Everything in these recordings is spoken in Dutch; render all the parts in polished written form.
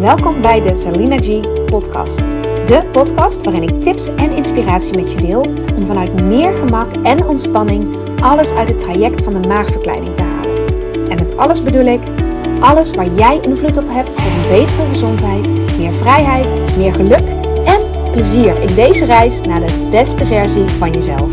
Welkom bij de Salina G podcast. De podcast waarin ik tips en inspiratie met je deel om vanuit meer gemak en ontspanning alles uit het traject van de maagverkleining te halen. En met alles bedoel ik, alles waar jij invloed op hebt voor een betere gezondheid, meer vrijheid, meer geluk en plezier in deze reis naar de beste versie van jezelf.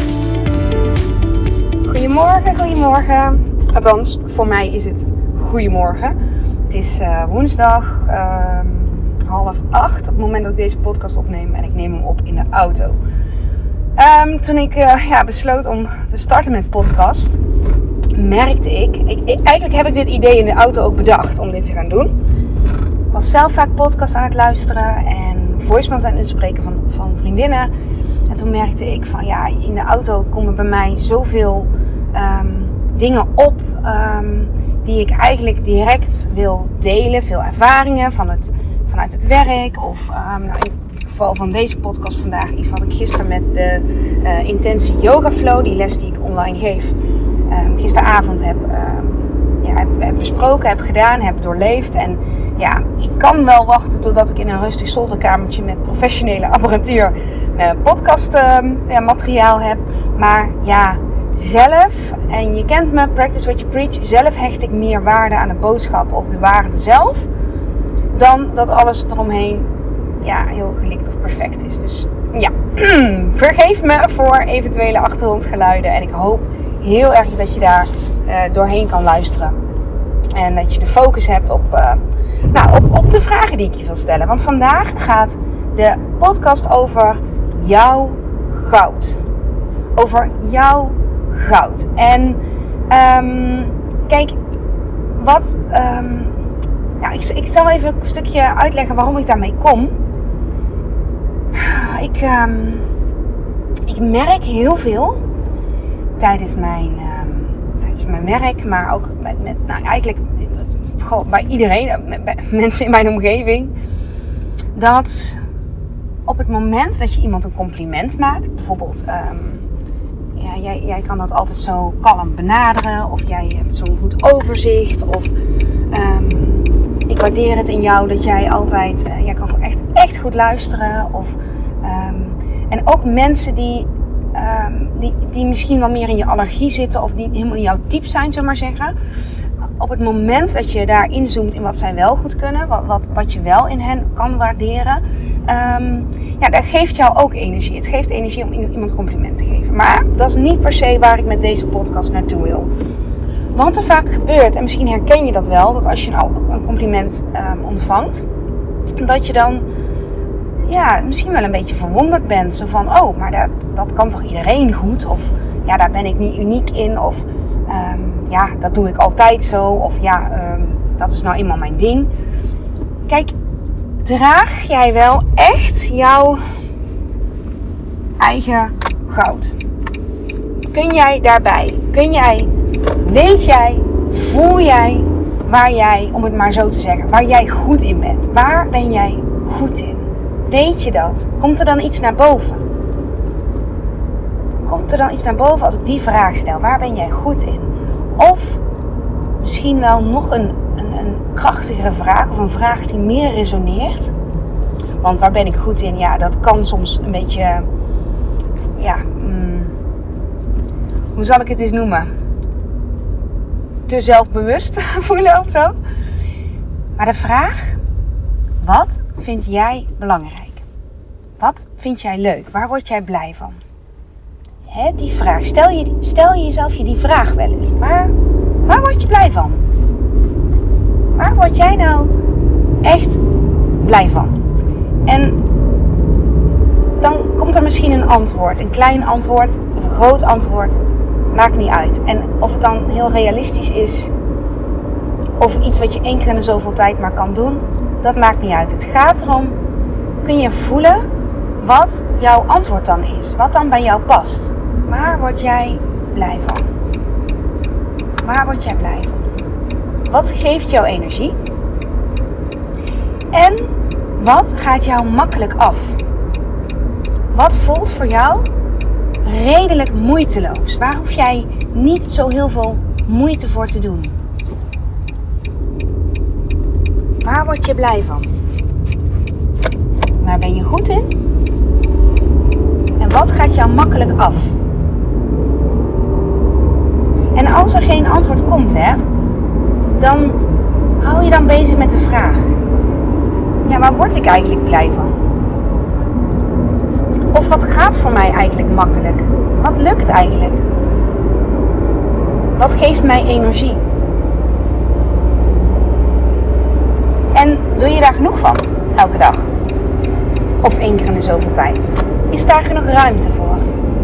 Goedemorgen. Althans, voor mij is het goedemorgen. Het is woensdag 7:30 op het moment dat ik deze podcast opneem en ik neem hem op in de auto. Toen ik besloot om te starten met podcast, merkte ik, eigenlijk heb ik dit idee in de auto ook bedacht om dit te gaan doen. Ik was zelf vaak podcast aan het luisteren en voicemails aan het spreken van vriendinnen. En toen merkte ik van in de auto komen bij mij zoveel dingen op die ik eigenlijk direct wil delen. Veel ervaringen vanuit het werk. Of in het geval van deze podcast vandaag iets wat ik gisteren met de Intentie Yoga Flow, die les die ik online geef, gisteravond heb besproken, heb gedaan, heb doorleefd. En ik kan wel wachten totdat ik in een rustig zolderkamertje met professionele apparatuur podcastmateriaal heb. Maar zelf, en je kent me, practice what you preach, zelf hecht ik meer waarde aan de boodschap of de waarde zelf, dan dat alles eromheen heel gelikt of perfect is. Dus vergeef me voor eventuele achtergrondgeluiden en ik hoop heel erg dat je daar doorheen kan luisteren. En dat je de focus hebt op de vragen die ik je wil stellen. Want vandaag gaat de podcast over jouw goud. Over jouw goud. En kijk, ik zal even een stukje uitleggen waarom ik daarmee kom. Ik merk heel veel tijdens mijn werk, maar ook eigenlijk gewoon bij iedereen, bij mensen in mijn omgeving, dat op het moment dat je iemand een compliment maakt, bijvoorbeeld jij kan dat altijd zo kalm benaderen, of jij hebt zo'n goed overzicht, of ik waardeer het in jou dat jij altijd, jij kan echt goed luisteren, en ook mensen die misschien wel meer in je allergie zitten, of die helemaal in jouw type zijn, zullen we maar zeggen. Op het moment dat je daar inzoomt in wat zij wel goed kunnen, wat je wel in hen kan waarderen, dat geeft jou ook energie. Het geeft energie om iemand een compliment te geven. Maar dat is niet per se waar ik met deze podcast naartoe wil. Want er vaak gebeurt, en misschien herken je dat wel, dat als je een compliment ontvangt, dat je dan misschien wel een beetje verwonderd bent. Zo van, maar dat kan toch iedereen goed? Of daar ben ik niet uniek in. Of dat doe ik altijd zo. Of dat is nou eenmaal mijn ding. Kijk, draag jij wel echt jouw eigen goud? Kun jij daarbij? Weet jij, voel jij waar jij, om het maar zo te zeggen, waar jij goed in bent? Waar ben jij goed in? Weet je dat? Komt er dan iets naar boven? Komt er dan iets naar boven als ik die vraag stel? Waar ben jij goed in? Of misschien wel nog een krachtigere vraag, of een vraag die meer resoneert. Want waar ben ik goed in? Dat kan soms een beetje, hoe zal ik het eens noemen? Te zelfbewust voelen of zo. Maar de vraag, wat vind jij belangrijk? Wat vind jij leuk? Waar word jij blij van? Die vraag. Stel jezelf die vraag wel eens. Waar word je blij van? Waar word jij nou echt blij van? En dan komt er misschien een antwoord. Een klein antwoord of een groot antwoord. Maakt niet uit. En of het dan heel realistisch is, of iets wat je één keer in de zoveel tijd maar kan doen, dat maakt niet uit. Het gaat erom, kun je voelen wat jouw antwoord dan is. Wat dan bij jou past. Waar word jij blij van? Waar word jij blij van? Wat geeft jou energie? En wat gaat jou makkelijk af? Wat voelt voor jou redelijk moeiteloos? Waar hoef jij niet zo heel veel moeite voor te doen? Waar Waar word je blij van? Waar ben je goed in? En wat gaat jou makkelijk af? En als er geen antwoord komt, dan hou je dan bezig met de vraag. Ja, waar word ik eigenlijk blij van? Of wat gaat voor mij eigenlijk makkelijk? Wat lukt eigenlijk? Wat geeft mij energie? En doe je daar genoeg van, elke dag? Of 1 keer in de zoveel tijd? Is daar genoeg ruimte voor?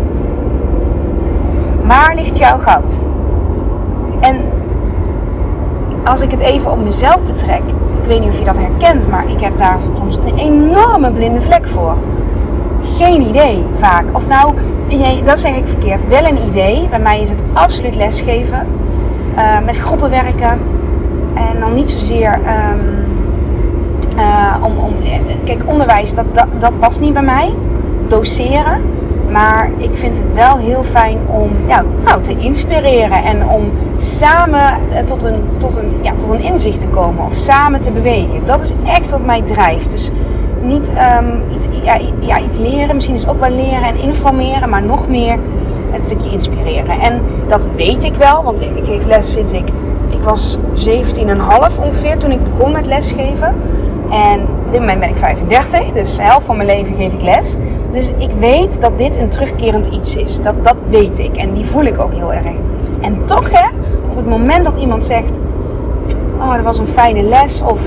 Waar ligt jouw goud? En als ik het even op mezelf betrek, ik weet niet of je dat herkent, maar ik heb daar soms een enorme blinde vlek voor. Geen idee, vaak. Of nou, nee, dat zeg ik verkeerd. Wel een idee. Bij mij is het absoluut lesgeven. Met groepen werken. En dan niet zozeer kijk, onderwijs, dat past niet bij mij. Doseren. Maar ik vind het wel heel fijn om te inspireren. En om samen tot een inzicht te komen. Of samen te bewegen. Dat is echt wat mij drijft. Dus niet iets leren. Misschien is ook wel leren en informeren. Maar nog meer het stukje inspireren. En dat weet ik wel. Want ik geef les sinds ik was 17,5 ongeveer. Toen ik begon met lesgeven. En op dit moment ben ik 35. Dus de helft van mijn leven geef ik les. Dus ik weet dat dit een terugkerend iets is. Dat weet ik. En die voel ik ook heel erg. En toch op het moment dat iemand zegt... Oh, dat was een fijne les. Of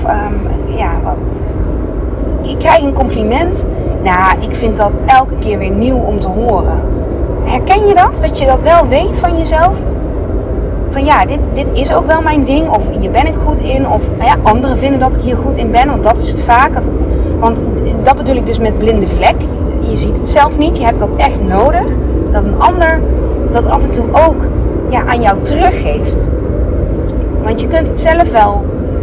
ik krijg een compliment. Nou, ik vind dat elke keer weer nieuw om te horen. Herken je dat? Dat je dat wel weet van jezelf? Van ja, dit is ook wel mijn ding. Of hier ben ik goed in. Of anderen vinden dat ik hier goed in ben. Want dat is het vaak. Want dat bedoel ik dus met blinde vlek. Je ziet het zelf niet. Je hebt dat echt nodig. Dat een ander dat af en toe ook aan jou teruggeeft. Want je kunt het zelf wel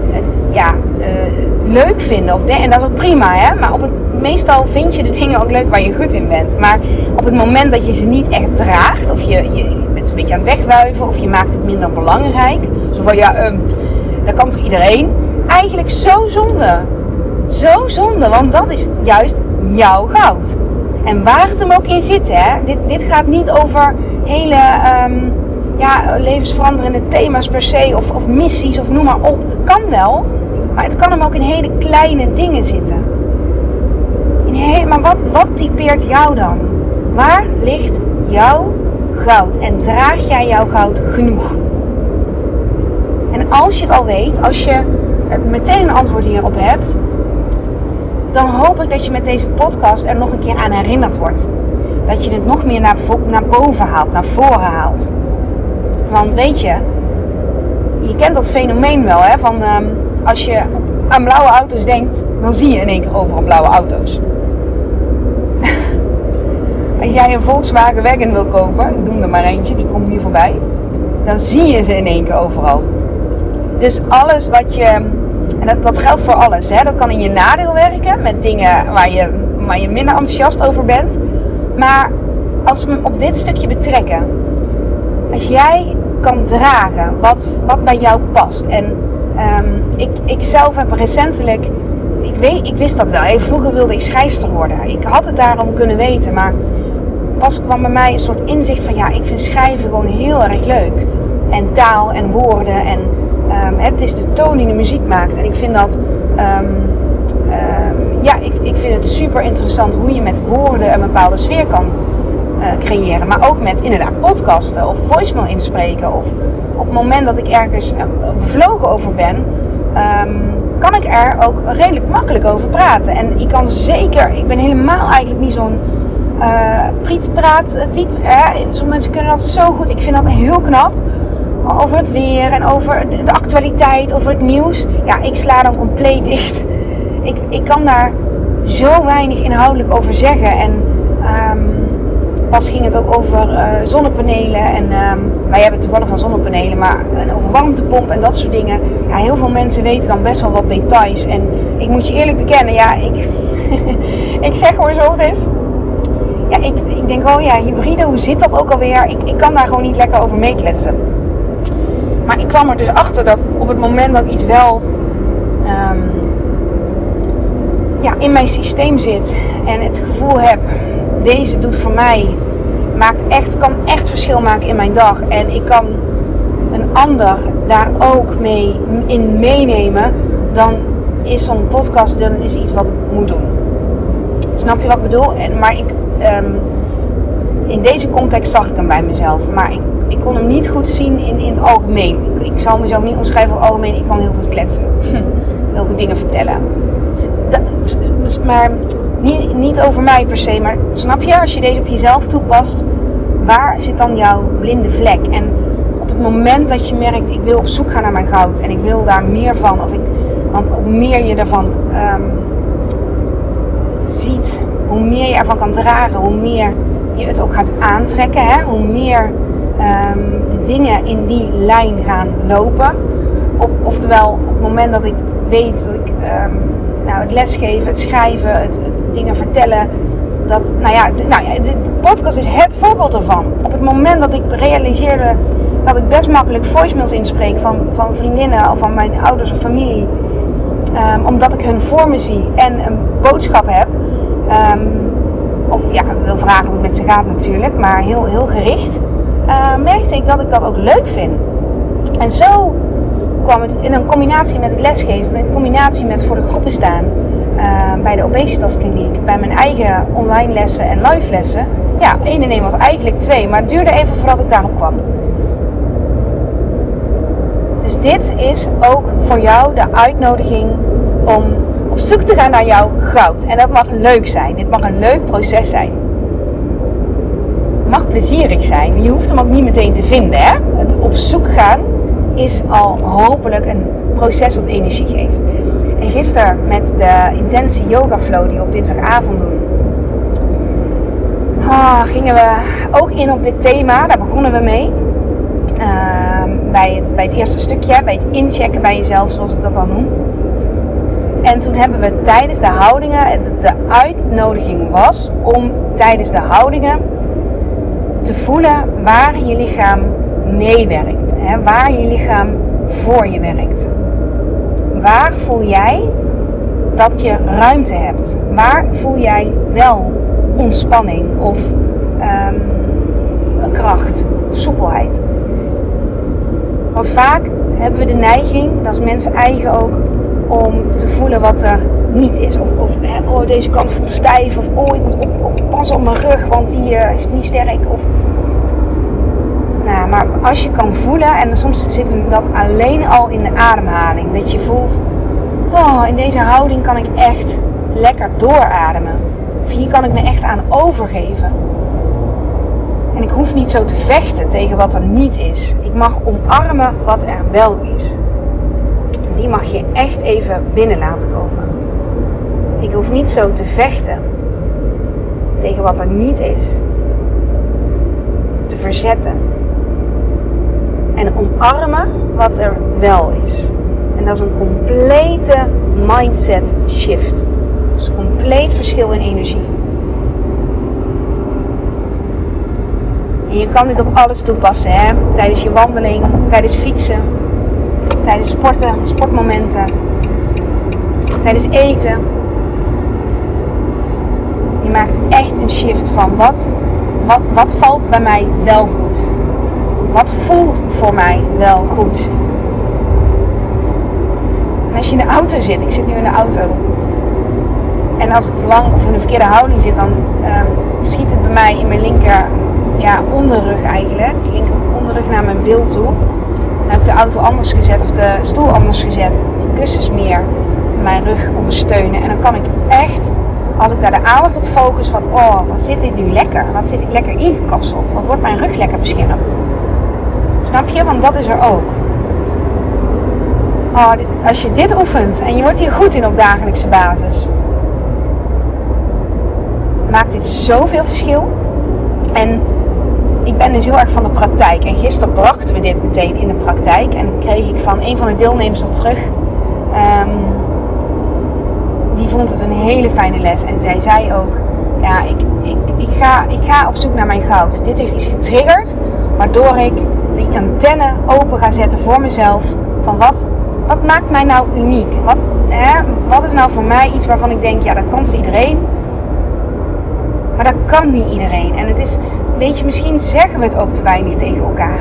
leuk vinden. En dat is ook prima. Maar meestal vind je de dingen ook leuk waar je goed in bent. Maar op het moment dat je ze niet echt draagt. Of je bent een beetje aan het wegwuiven. Of je maakt het minder belangrijk. Zo van dat kan toch iedereen? Eigenlijk zo zonde. Zo zonde. Want dat is juist jouw goud. En waar het hem ook in zit. Dit gaat niet over hele levensveranderende thema's per se. Of missies of noem maar op. Kan wel. Maar het kan hem ook in hele kleine dingen zitten. Maar wat typeert jou dan? Waar ligt jouw goud? En draag jij jouw goud genoeg? En als je het al weet, als je meteen een antwoord hierop hebt, dan hoop ik dat je met deze podcast er nog een keer aan herinnerd wordt. Dat je het nog meer naar boven haalt, naar voren haalt. Want weet je kent dat fenomeen wel, van als je aan blauwe auto's denkt, dan zie je in één keer overal blauwe auto's. Als jij een Volkswagen Wagen wil kopen, ik noem er maar eentje, die komt nu voorbij, dan zie je ze in één keer overal. Dus alles wat je, en dat geldt voor alles, dat kan in je nadeel werken, met dingen waar je minder enthousiast over bent. Maar als we op dit stukje betrekken, als jij kan dragen wat bij jou past. En ik zelf heb recentelijk, ik wist dat wel. Vroeger wilde ik schrijfster worden. Ik had het daarom kunnen weten. Maar pas kwam bij mij een soort inzicht van ik vind schrijven gewoon heel erg leuk. En taal en woorden. En het is de toon die de muziek maakt. En ik vind dat ik vind het super interessant hoe je met woorden een bepaalde sfeer kan creëren. Maar ook met inderdaad podcasten of voicemail inspreken. Of op het moment dat ik ergens bevlogen over ben, kan ik er ook redelijk makkelijk over praten. En ik ben helemaal eigenlijk niet zo'n prietpraat type. Sommige mensen kunnen dat zo goed. Ik vind dat heel knap. Over het weer en over de actualiteit, over het nieuws. Ja, ik sla dan compleet dicht. Ik kan daar zo weinig inhoudelijk over zeggen. En pas ging het ook over zonnepanelen. En wij hebben toevallig van zonnepanelen, maar over warmtepomp en dat soort dingen. Ja, heel veel mensen weten dan best wel wat details. En ik moet je eerlijk bekennen, ik zeg gewoon zoals het is. Ja, ik denk, hybride, hoe zit dat ook alweer? Ik kan daar gewoon niet lekker over meekletsen. Maar ik kwam er dus achter dat op het moment dat iets wel in mijn systeem zit en het gevoel heb, deze doet voor mij, kan echt verschil maken in mijn dag. En ik kan een ander daar ook mee in meenemen, dan is zo'n podcast is iets wat ik moet doen. Snap je wat ik bedoel? Maar in deze context zag ik hem bij mezelf. Maar ik kon hem niet goed zien in het algemeen. Ik zal mezelf niet omschrijven als algemeen. Ik kan heel goed kletsen. Heel goed dingen vertellen. Maar niet over mij per se. Maar snap je, als je deze op jezelf toepast, waar zit dan jouw blinde vlek? En op het moment dat je merkt, ik wil op zoek gaan naar mijn goud. En ik wil daar meer van. Want hoe meer je ervan ziet, hoe meer je ervan kan dragen, hoe meer je het ook gaat aantrekken. Hè? Hoe meer de dingen in die lijn gaan lopen. Oftewel, op het moment dat ik weet dat ik het lesgeven, het schrijven, het dingen vertellen. De podcast is het voorbeeld ervan. Op het moment dat ik realiseerde dat ik best makkelijk voicemails inspreek van vriendinnen of van mijn ouders of familie. Omdat ik hun voor me zie en een boodschap heb. Ik wil vragen hoe het met ze gaat natuurlijk, maar heel, heel gericht. Merkte ik dat ik dat ook leuk vind. En zo kwam het in een combinatie met het lesgeven, in combinatie met voor de groepen staan. Bij de obesitaskliniek, bij mijn eigen online lessen en live lessen. Ja, 1 en 1 was eigenlijk 2, maar het duurde even voordat ik daarop kwam. Dus dit is ook voor jou de uitnodiging om op zoek te gaan naar jouw goud. En dat mag leuk zijn. Dit mag een leuk proces zijn. Het mag plezierig zijn. Je hoeft hem ook niet meteen te vinden. Hè? Het op zoek gaan is al hopelijk een proces wat energie geeft. En gisteren met de intense yoga flow die we op dinsdagavond doen. Gingen we ook in op dit thema. Daar begonnen we mee. Bij het eerste stukje. Bij het inchecken bij jezelf, zoals ik dat dan noem. En toen hebben we tijdens de houdingen, de uitnodiging was om tijdens de houdingen te voelen waar je lichaam meewerkt. Waar je lichaam voor je werkt. Waar voel jij dat je ruimte hebt? Waar voel jij wel ontspanning of kracht of soepelheid? Want vaak hebben we de neiging, dat is mensen eigen ook, om te voelen wat er niet is. Of deze kant voelt stijf. Of ik moet oppassen op mijn rug, want die is niet sterk. Maar als je kan voelen, en soms zit hem dat alleen al in de ademhaling. Dat je voelt, in deze houding kan ik echt lekker doorademen. Of hier kan ik me echt aan overgeven. En ik hoef niet zo te vechten tegen wat er niet is. Ik mag omarmen wat er wel is. Die mag je echt even binnen laten komen. Ik hoef niet zo te vechten tegen wat er niet is. Te verzetten. En omarmen wat er wel is. En dat is een complete mindset shift. Dus een compleet verschil in energie. En je kan dit op alles toepassen. Hè? Tijdens je wandeling, tijdens fietsen. Tijdens sporten, sportmomenten. Tijdens eten. Je maakt echt een shift van wat valt bij mij wel goed. Wat voelt voor mij wel goed. En als je in de auto zit, ik zit nu in de auto. En als ik te lang of in een verkeerde houding zit, dan schiet het bij mij in mijn linker onderrug eigenlijk. Linker onderrug naar mijn bil toe. Dan heb ik de auto anders gezet of de stoel anders gezet. Die kussens meer mijn rug ondersteunen. En dan kan ik echt, als ik daar de aandacht op focus van, wat zit dit nu lekker? Wat zit ik lekker ingekapseld? Wat wordt mijn rug lekker beschermd? Snap je? Want dat is er ook. Als je dit oefent en je wordt hier goed in op dagelijkse basis, maakt dit zoveel verschil. En ik ben dus heel erg van de praktijk. En gisteren brachten we dit meteen in de praktijk. En kreeg ik van een van de deelnemers dat terug. Die vond het een hele fijne les. En zij zei ook, ik ga op zoek naar mijn goud. Dit heeft iets getriggerd, waardoor ik die antenne open ga zetten voor mezelf. Van Wat maakt mij nou uniek? Wat is nou voor mij iets waarvan ik denk, ja, dat kan toch iedereen? Maar dat kan niet iedereen. En het is, weet je, misschien zeggen we het ook te weinig tegen elkaar.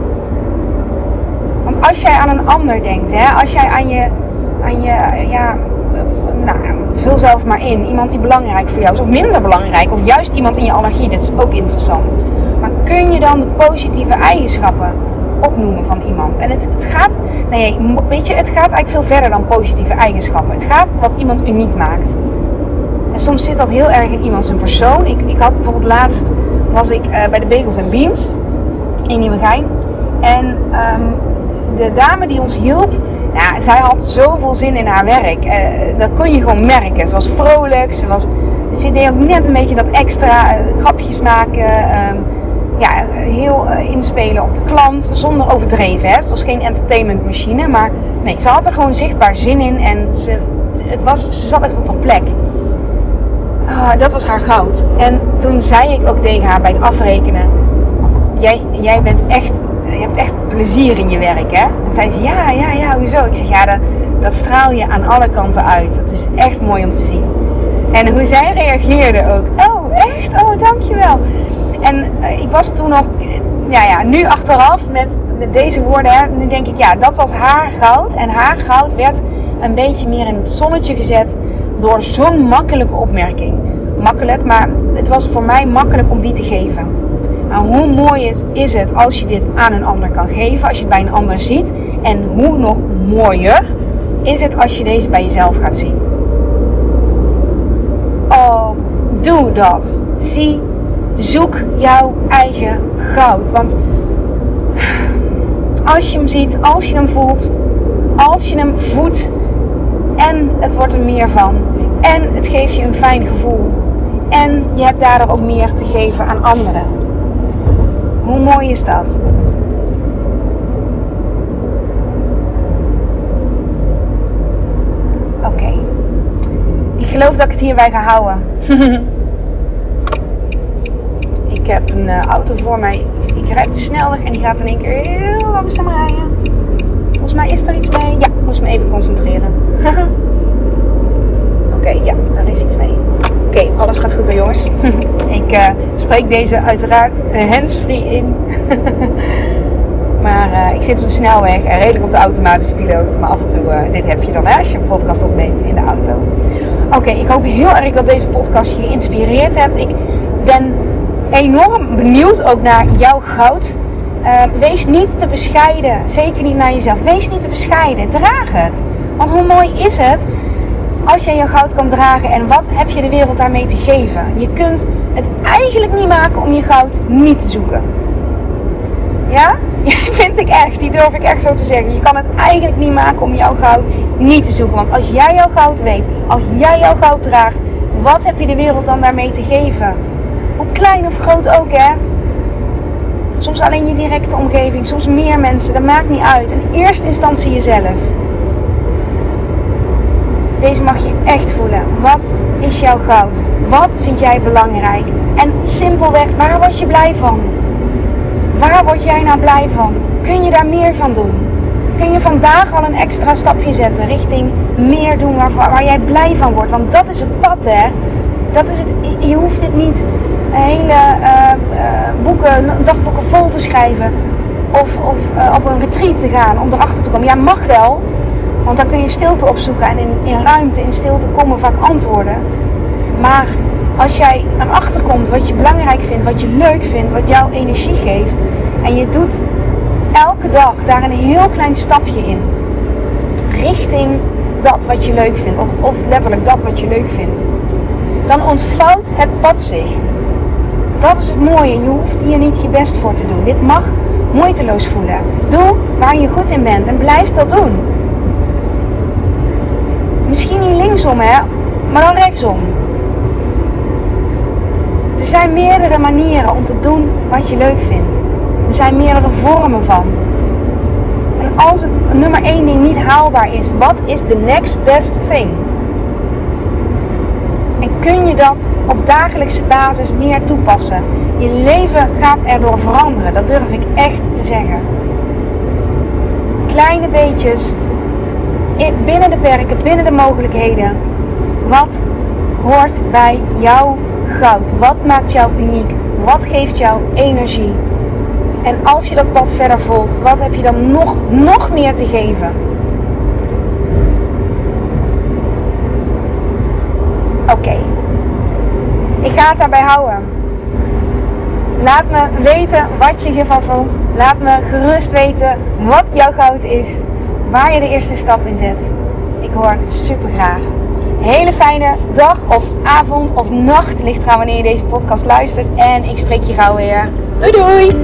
Want als jij aan een ander denkt, als jij vul zelf maar in. Iemand die belangrijk voor jou is, of minder belangrijk, of juist iemand in je allergie, dat is ook interessant. Maar kun je dan de positieve eigenschappen opnoemen van iemand? En het gaat eigenlijk veel verder dan positieve eigenschappen. Het gaat wat iemand uniek maakt. En soms zit dat heel erg in iemand zijn persoon. Ik had bijvoorbeeld laatst, was ik bij de Bagels & Beans in Nieuwegein. En de dame die ons hielp, ja, zij had zoveel zin in haar werk. Dat kon je gewoon merken. Ze was vrolijk. Ze deed ook net een beetje dat extra grapjes maken. Heel inspelen op de klant. Zonder overdreven. Het was geen entertainmentmachine. Maar nee, ze had er gewoon zichtbaar zin in. En ze zat echt op haar plek. Dat was haar goud. En toen zei ik ook tegen haar bij het afrekenen. Jij bent echt... Je hebt echt plezier in je werk, hè? En zei ze, ja, hoezo? Ik zeg, ja, dat straal je aan alle kanten uit. Dat is echt mooi om te zien. En hoe zij reageerde ook. Oh, echt? Oh, dankjewel. En ik was toen nog, nu achteraf met deze woorden, hè, nu denk ik, ja, dat was haar goud. En haar goud werd een beetje meer in het zonnetje gezet door zo'n makkelijke opmerking. Makkelijk, maar het was voor mij makkelijk om die te geven. Maar hoe mooi is het als je dit aan een ander kan geven, als je het bij een ander ziet. En hoe nog mooier is het als je deze bij jezelf gaat zien. Oh, doe dat. Zoek jouw eigen goud. Want als je hem ziet, als je hem voelt, als je hem voedt en het wordt er meer van. En het geeft je een fijn gevoel. En je hebt daardoor ook meer te geven aan anderen. Hoe mooi is dat? Oké. Ik geloof dat ik het hierbij ga houden. Ik heb een auto voor mij. Ik rijd de snelweg en die gaat in één keer heel langzaam rijden. Volgens mij is er iets mee. Ja, ik moest me even concentreren. Oké, ja, daar is iets mee. Oké, alles gaat goed, hè, jongens. Ik spreek deze uiteraard handsfree in. Maar ik zit op de snelweg en redelijk op de automatische piloot. Maar af en toe, dit heb je dan als je een podcast opneemt in de auto. Oké, ik hoop heel erg dat deze podcast je geïnspireerd hebt. Ik ben enorm benieuwd ook naar jouw goud. Wees niet te bescheiden. Zeker niet naar jezelf. Wees niet te bescheiden. Draag het. Want hoe mooi is het als jij jouw goud kan dragen en wat heb je de wereld daarmee te geven? Je kunt het eigenlijk niet maken om je goud niet te zoeken. Ja? Vind ik echt. Die durf ik echt zo te zeggen. Je kan het eigenlijk niet maken om jouw goud niet te zoeken. Want als jij jouw goud weet, als jij jouw goud draagt, wat heb je de wereld dan daarmee te geven? Hoe klein of groot ook, hè? Soms alleen je directe omgeving, soms meer mensen, dat maakt niet uit. In eerste instantie jezelf. Deze mag je echt voelen. Wat is jouw goud? Wat vind jij belangrijk? En simpelweg, waar word je blij van? Waar word jij nou blij van? Kun je daar meer van doen? Kun je vandaag al een extra stapje zetten richting meer doen waar jij blij van wordt? Want dat is het pad, hè? Dat is het. Je hoeft dit niet hele dagboeken vol te schrijven. Of op een retreat te gaan om erachter te komen. Ja, mag wel. Want dan kun je stilte opzoeken en in ruimte, in stilte komen vaak antwoorden. Maar als jij erachter komt wat je belangrijk vindt, wat je leuk vindt, wat jou energie geeft. En je doet elke dag daar een heel klein stapje in. Richting dat wat je leuk vindt. Of letterlijk dat wat je leuk vindt. Dan ontvouwt het pad zich. Dat is het mooie. Je hoeft hier niet je best voor te doen. Dit mag moeiteloos voelen. Doe waar je goed in bent en blijf dat doen. Misschien niet linksom, hè, maar dan rechtsom. Er zijn meerdere manieren om te doen wat je leuk vindt. Er zijn meerdere vormen van. En als het nummer 1 ding niet haalbaar is, wat is the next best thing? En kun je dat op dagelijkse basis meer toepassen? Je leven gaat erdoor veranderen, dat durf ik echt te zeggen. Kleine beetjes binnen de perken, binnen de mogelijkheden. Wat hoort bij jouw goud? Wat maakt jou uniek? Wat geeft jou energie? En als je dat pad verder volgt, wat heb je dan nog meer te geven? Oké. Ik ga het daarbij houden. Laat me weten wat je hiervan vond. Laat me gerust weten wat jouw goud is. Waar je de eerste stap in zet. Ik hoor het super graag. Hele fijne dag of avond of nacht. Ligt eraan wanneer je deze podcast luistert. En ik spreek je gauw weer. Doei doei!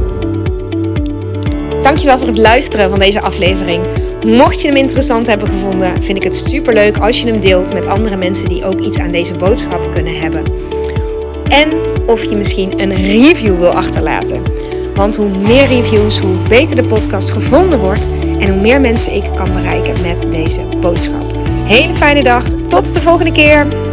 Dankjewel voor het luisteren van deze aflevering. Mocht je hem interessant hebben gevonden, vind ik het superleuk als je hem deelt met andere mensen die ook iets aan deze boodschap kunnen hebben. En of je misschien een review wil achterlaten. Want hoe meer reviews, hoe beter de podcast gevonden wordt en hoe meer mensen ik kan bereiken met deze boodschap. Hele fijne dag, tot de volgende keer!